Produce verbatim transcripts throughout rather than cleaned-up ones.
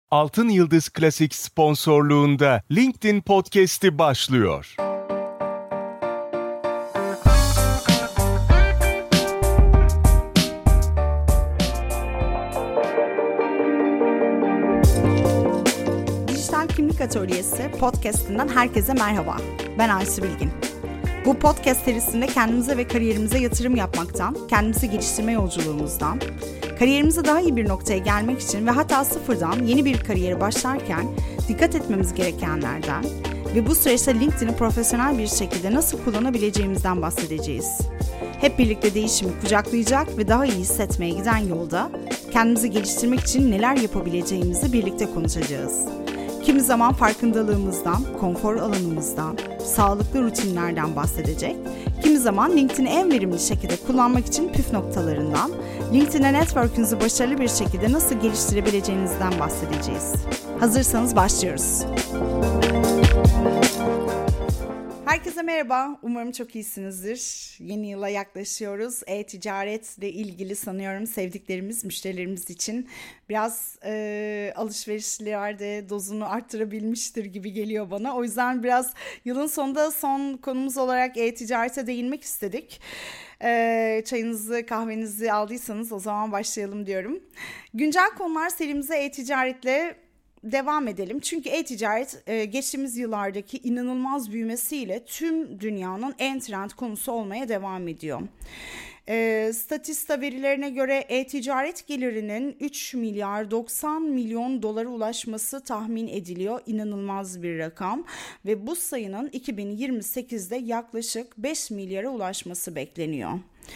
Altın Yıldız Klasik sponsorluğunda LinkedIn Podcast'i başlıyor. Dijital Kimlik Atölyesi podcast'inden herkese merhaba. Ben Aysu Bilgin. Bu podcast serisinde kendimize ve kariyerimize yatırım yapmaktan, kendimizi geliştirme yolculuğumuzdan, kariyerimize daha iyi bir noktaya gelmek için ve hatta sıfırdan yeni bir kariyere başlarken dikkat etmemiz gerekenlerden ve bu süreçte LinkedIn'i profesyonel bir şekilde nasıl kullanabileceğimizden bahsedeceğiz. Hep birlikte değişimi kucaklayacak ve daha iyi hissetmeye giden yolda kendimizi geliştirmek için neler yapabileceğimizi birlikte konuşacağız. Kimi zaman farkındalığımızdan, konfor alanımızdan, sağlıklı rutinlerden bahsedecek, kimi zaman LinkedIn'i en verimli şekilde kullanmak için püf noktalarından, LinkedIn'e network'ünüzü başarılı bir şekilde nasıl geliştirebileceğinizden bahsedeceğiz. Hazırsanız başlıyoruz. Herkese merhaba, umarım çok iyisinizdir. Yeni yıla yaklaşıyoruz. E-ticaretle ilgili sanıyorum sevdiklerimiz, müşterilerimiz için biraz e, alışverişlerde dozunu arttırabilmiştir gibi geliyor bana. O yüzden biraz yılın sonunda son konumuz olarak e-ticarete değinmek istedik. E, çayınızı, kahvenizi aldıysanız o zaman başlayalım diyorum. Güncel konular serimize e-ticaretle devam edelim. Çünkü e-ticaret geçtiğimiz yıllardaki inanılmaz büyümesiyle tüm dünyanın en trend konusu olmaya devam ediyor. E, Statista verilerine göre e-ticaret gelirinin üç milyar doksan milyon dolara ulaşması tahmin ediliyor. İnanılmaz bir rakam ve bu sayının iki bin yirmi sekizde yaklaşık beş milyara ulaşması bekleniyor.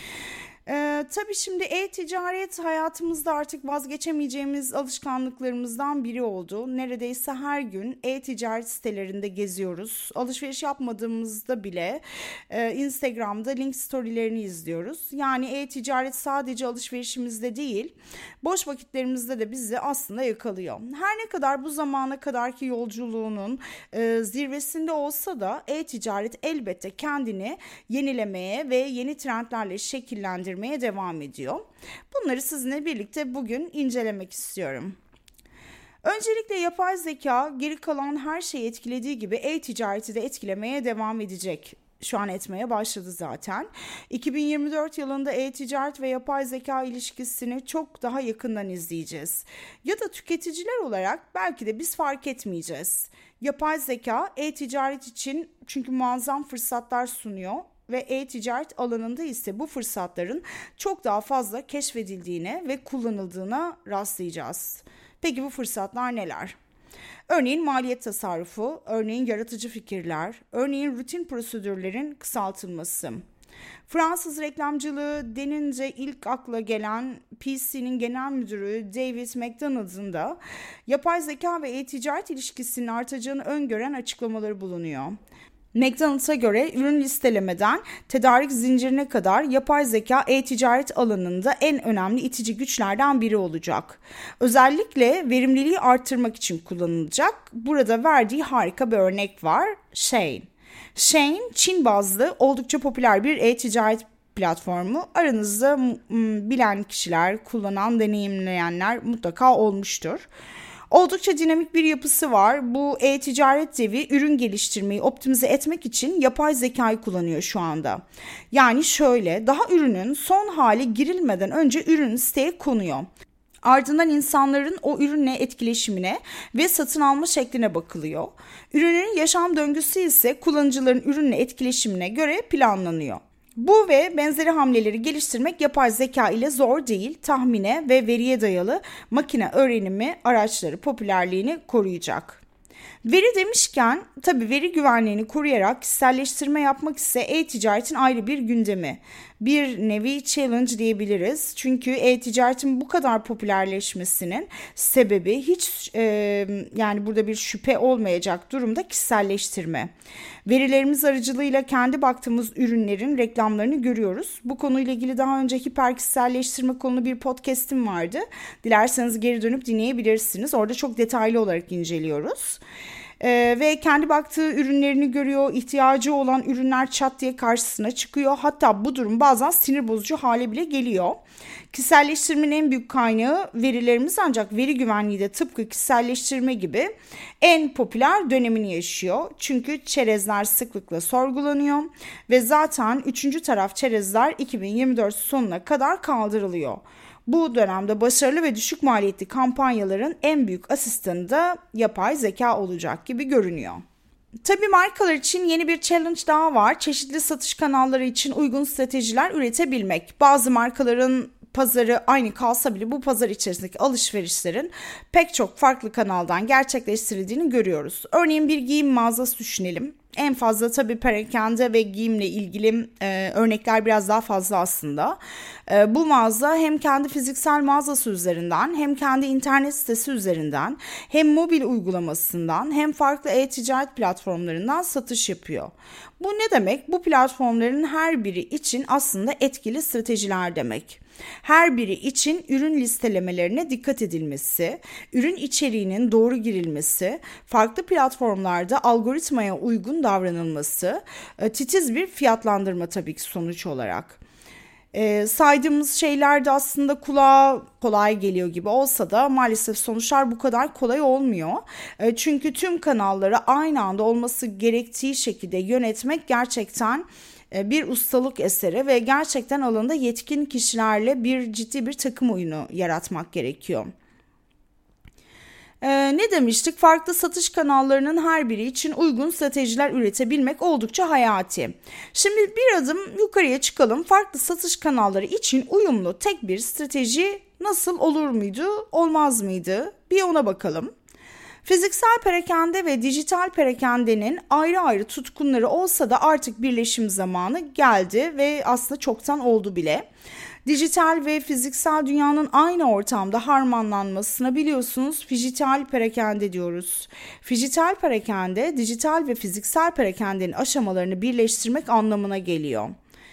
Ee, tabii şimdi e-ticaret hayatımızda artık vazgeçemeyeceğimiz alışkanlıklarımızdan biri oldu. Neredeyse her gün e-ticaret sitelerinde geziyoruz. Alışveriş yapmadığımızda bile e, Instagram'da link storylerini izliyoruz. Yani e-ticaret sadece alışverişimizde değil, boş vakitlerimizde de bizi aslında yakalıyor. Her ne kadar bu zamana kadarki yolculuğunun e, zirvesinde olsa da e-ticaret elbette kendini yenilemeye ve yeni trendlerle şekillendirmeye devam ediyor. Bunları sizinle birlikte bugün incelemek istiyorum. Öncelikle yapay zeka geri kalan her şeyi etkilediği gibi e-ticareti de etkilemeye devam edecek. Şu an etmeye başladı zaten. iki bin yirmi dört yılında e-ticaret ve yapay zeka ilişkisini çok daha yakından izleyeceğiz. Ya da tüketiciler olarak belki de biz fark etmeyeceğiz. Yapay zeka e-ticaret için çünkü muazzam fırsatlar sunuyor ve e-ticaret alanında ise bu fırsatların çok daha fazla keşfedildiğine ve kullanıldığına rastlayacağız. Peki bu fırsatlar neler? Örneğin maliyet tasarrufu, örneğin yaratıcı fikirler, örneğin rutin prosedürlerin kısaltılması. Fransız reklamcılığı denince ilk akla gelen P C'nin genel müdürü David McDonald'ın da yapay zeka ve e-ticaret ilişkisinin artacağını öngören açıklamaları bulunuyor. McDonald's'a göre ürün listelemeden tedarik zincirine kadar yapay zeka e-ticaret alanında en önemli itici güçlerden biri olacak. Özellikle verimliliği arttırmak için kullanılacak. Burada verdiği harika bir örnek var. Shein. Shein, Çin bazlı oldukça popüler bir e-ticaret platformu. Aranızda m- bilen kişiler, kullanan, deneyimleyenler mutlaka olmuştur. Oldukça dinamik bir yapısı var. Bu e-ticaret devi ürün geliştirmeyi optimize etmek için yapay zekayı kullanıyor şu anda. Yani şöyle, daha ürünün son hali girilmeden önce ürün siteye konuyor. Ardından insanların o ürünle etkileşimine ve satın alma şekline bakılıyor. Ürünün yaşam döngüsü ise kullanıcıların ürünle etkileşimine göre planlanıyor. Bu ve benzeri hamleleri geliştirmek yapay zeka ile zor değil, tahmine ve veriye dayalı makine öğrenimi araçları popülerliğini koruyacak. Veri demişken tabii veri güvenliğini koruyarak kişiselleştirme yapmak ise e-ticaretin ayrı bir gündemi. Bir nevi challenge diyebiliriz. Çünkü e-ticaretin bu kadar popülerleşmesinin sebebi hiç e, yani burada bir şüphe olmayacak durumda kişiselleştirme. Verilerimiz aracılığıyla kendi baktığımız ürünlerin reklamlarını görüyoruz. Bu konuyla ilgili daha önce hiper kişiselleştirme konulu bir podcast'im vardı. Dilerseniz geri dönüp dinleyebilirsiniz. Orada çok detaylı olarak inceliyoruz. Ee, ve kendi baktığı ürünlerini görüyor, ihtiyacı olan ürünler çat diye karşısına çıkıyor. Hatta bu durum bazen sinir bozucu hale bile geliyor. Kişiselleştirmenin en büyük kaynağı verilerimiz, ancak veri güvenliği de tıpkı kişiselleştirme gibi en popüler dönemini yaşıyor. Çünkü çerezler sıklıkla sorgulanıyor ve zaten üçüncü taraf çerezler iki bin yirmi dört sonuna kadar kaldırılıyor. Bu dönemde başarılı ve düşük maliyetli kampanyaların en büyük asistanı da yapay zeka olacak gibi görünüyor. Tabii markalar için yeni bir challenge daha var. Çeşitli satış kanalları için uygun stratejiler üretebilmek. Bazı markaların pazarı aynı kalsa bile bu pazar içerisindeki alışverişlerin pek çok farklı kanaldan gerçekleştirildiğini görüyoruz. Örneğin bir giyim mağazası düşünelim. En fazla tabii perakende ve giyimle ilgili e, örnekler biraz daha fazla aslında. E, bu mağaza hem kendi fiziksel mağazası üzerinden, hem kendi internet sitesi üzerinden, hem mobil uygulamasından, hem farklı e-ticaret platformlarından satış yapıyor. Bu ne demek? Bu platformların her biri için aslında etkili stratejiler demek. Her biri için ürün listelemelerine dikkat edilmesi, ürün içeriğinin doğru girilmesi, farklı platformlarda algoritmaya uygun davranılması, titiz bir fiyatlandırma tabii ki sonuç olarak. E, saydığımız şeyler de aslında kulağa kolay geliyor gibi olsa da maalesef sonuçlar bu kadar kolay olmuyor. E, çünkü tüm kanalları aynı anda olması gerektiği şekilde yönetmek gerçekten bir ustalık eseri ve gerçekten alanında yetkin kişilerle bir ciddi bir takım oyunu yaratmak gerekiyor. Ee, ne demiştik? Farklı satış kanallarının her biri için uygun stratejiler üretebilmek oldukça hayati. Şimdi bir adım yukarıya çıkalım. Farklı satış kanalları için uyumlu tek bir strateji nasıl olur muydu, olmaz mıydı? Bir ona bakalım. Fiziksel perakende ve dijital perakendenin ayrı ayrı tutkunları olsa da artık birleşim zamanı geldi ve aslında çoktan oldu bile. Dijital ve fiziksel dünyanın aynı ortamda harmanlanmasına biliyorsunuz fijital perakende diyoruz. Fijital perakende, dijital ve fiziksel perakendenin aşamalarını birleştirmek anlamına geliyor.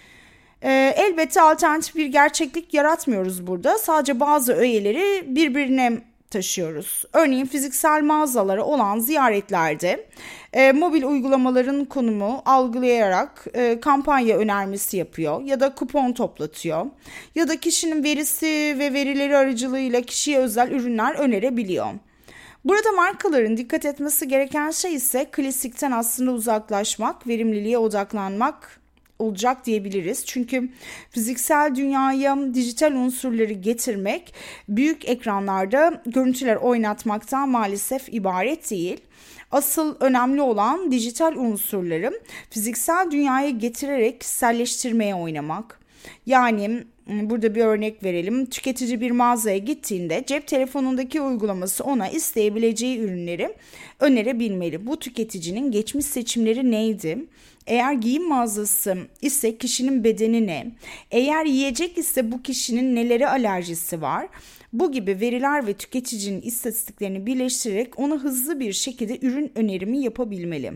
Ee, elbette alternatif bir gerçeklik yaratmıyoruz burada. Sadece bazı öğeleri birbirine taşıyoruz. Örneğin fiziksel mağazalara olan ziyaretlerde e, mobil uygulamaların konumu algılayarak e, kampanya önermesi yapıyor ya da kupon toplatıyor ya da kişinin verisi ve verileri aracılığıyla kişiye özel ürünler önerebiliyor. Burada markaların dikkat etmesi gereken şey ise klasikten aslında uzaklaşmak, verimliliğe odaklanmak olacak diyebiliriz. Çünkü fiziksel dünyaya dijital unsurları getirmek büyük ekranlarda görüntüler oynatmaktan maalesef ibaret değil. Asıl önemli olan dijital unsurları fiziksel dünyaya getirerek kişiselleştirmeye oynamak. Yani burada bir örnek verelim. Tüketici bir mağazaya gittiğinde cep telefonundaki uygulaması ona isteyebileceği ürünleri önerebilmeli. Bu tüketicinin geçmiş seçimleri neydi? Eğer giyim mağazası ise kişinin bedeni ne? Eğer yiyecek ise bu kişinin nelere alerjisi var? Bu gibi veriler ve tüketicinin istatistiklerini birleştirerek ona hızlı bir şekilde ürün önerimi yapabilmeli.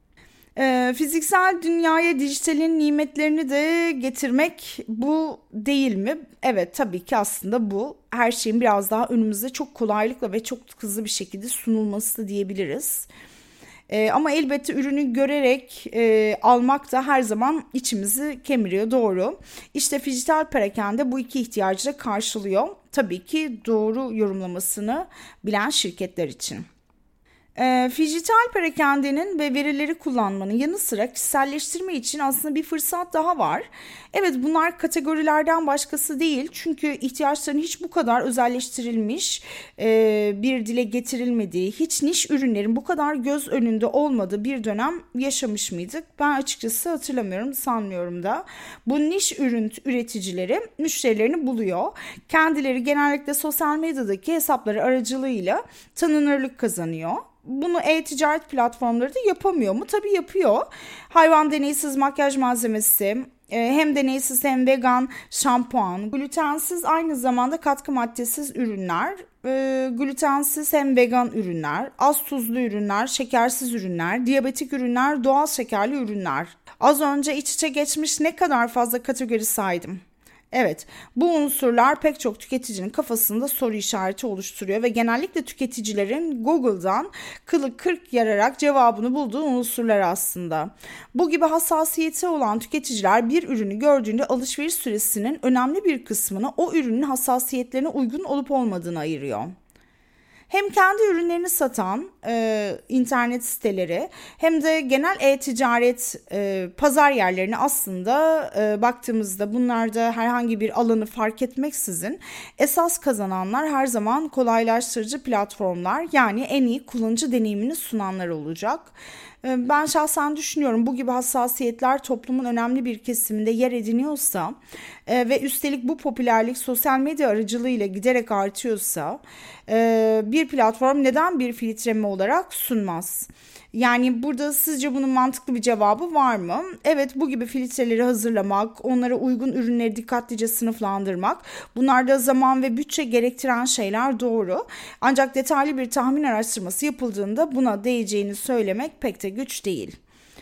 Ee, fiziksel dünyaya dijitalin nimetlerini de getirmek bu değil mi? Evet, tabii ki aslında bu. Her şeyin biraz daha önümüzde çok kolaylıkla ve çok hızlı bir şekilde sunulması da diyebiliriz. Ee, ama elbette ürünü görerek e, almak da her zaman içimizi kemiriyor, doğru. İşte dijital perakende bu iki ihtiyacı da karşılıyor. Tabii ki doğru yorumlamasını bilen şirketler için. E, dijital perakendenin ve verileri kullanmanın yanı sıra kişiselleştirme için aslında bir fırsat daha var. Evet, bunlar kategorilerden başkası değil. Çünkü ihtiyaçların hiç bu kadar özelleştirilmiş, e, bir dile getirilmediği, hiç niş ürünlerin bu kadar göz önünde olmadığı bir dönem yaşamış mıydık? Ben açıkçası hatırlamıyorum, sanmıyorum da. Bu niş ürün üreticileri müşterilerini buluyor. Kendileri genellikle sosyal medyadaki hesapları aracılığıyla tanınırlık kazanıyor. Bunu e-ticaret platformları da yapamıyor mu? Tabii yapıyor. Hayvan deneysiz makyaj malzemesi, hem deneysiz hem vegan şampuan, glutensiz aynı zamanda katkı maddesiz ürünler, glutensiz hem vegan ürünler, az tuzlu ürünler, şekersiz ürünler, diyabetik ürünler, doğal şekerli ürünler. Az önce iç içe geçmiş ne kadar fazla kategori saydım. Evet, bu unsurlar pek çok tüketicinin kafasında soru işareti oluşturuyor ve genellikle tüketicilerin Google'dan kılı kırk yararak cevabını bulduğu unsurlar aslında. Bu gibi hassasiyeti olan tüketiciler bir ürünü gördüğünde alışveriş süresinin önemli bir kısmını o ürünün hassasiyetlerine uygun olup olmadığını ayırıyor. Hem kendi ürünlerini satan e, internet siteleri hem de genel e-ticaret e, pazar yerlerini aslında e, baktığımızda bunlarda herhangi bir alanı fark etmeksizin esas kazananlar her zaman kolaylaştırıcı platformlar, yani en iyi kullanıcı deneyimini sunanlar olacak. Ben şahsen düşünüyorum, bu gibi hassasiyetler toplumun önemli bir kesiminde yer ediniyorsa e, ve üstelik bu popülerlik sosyal medya aracılığıyla giderek artıyorsa e, bir platform neden bir filtreleme olarak sunmaz? Yani burada sizce bunun mantıklı bir cevabı var mı? Evet, bu gibi filtreleri hazırlamak, onlara uygun ürünleri dikkatlice sınıflandırmak, bunlar da zaman ve bütçe gerektiren şeyler, doğru. Ancak detaylı bir tahmin araştırması yapıldığında buna değeceğini söylemek pek de güç değil.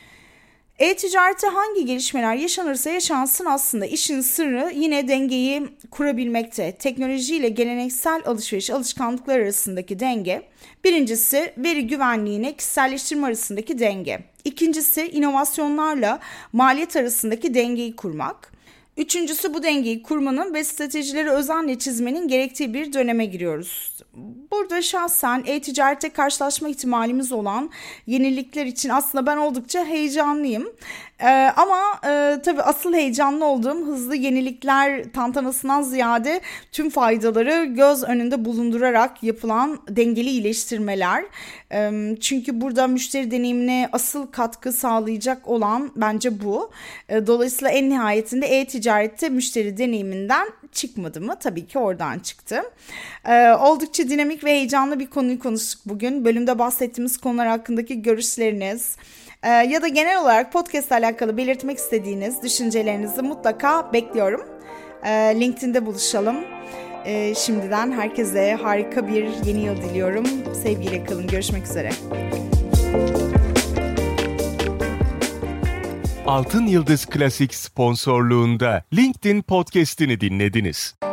E-ticarette hangi gelişmeler yaşanırsa yaşansın aslında işin sırrı yine dengeyi kurabilmekte. Teknolojiyle geleneksel alışveriş alışkanlıkları arasındaki denge. Birincisi veri güvenliğine kişiselleştirme arasındaki denge. İkincisi inovasyonlarla maliyet arasındaki dengeyi kurmak. Üçüncüsü bu dengeyi kurmanın ve stratejileri özenle çizmenin gerektiği bir döneme giriyoruz. Burada şahsen e-ticarette karşılaşma ihtimalimiz olan yenilikler için aslında ben oldukça heyecanlıyım. Ee, ama e, tabii asıl heyecanlı olduğum hızlı yenilikler tantanasından ziyade tüm faydaları göz önünde bulundurarak yapılan dengeli iyileştirmeler. E, çünkü burada müşteri deneyimine asıl katkı sağlayacak olan bence bu. E, dolayısıyla en nihayetinde e-ticarette müşteri deneyiminden çıkmadı mı? Tabii ki oradan çıktı. E, oldukça dinamik ve heyecanlı bir konuyu konuştuk bugün. Bölümde bahsettiğimiz konular hakkındaki görüşleriniz e, ya da genel olarak podcast ile alakalı belirtmek istediğiniz düşüncelerinizi mutlaka bekliyorum. E, LinkedIn'de buluşalım. E, şimdiden herkese harika bir yeni yıl diliyorum. Sevgiyle kalın. Görüşmek üzere. Altın Yıldız Klasik sponsorluğunda LinkedIn Podcast'ini dinlediniz.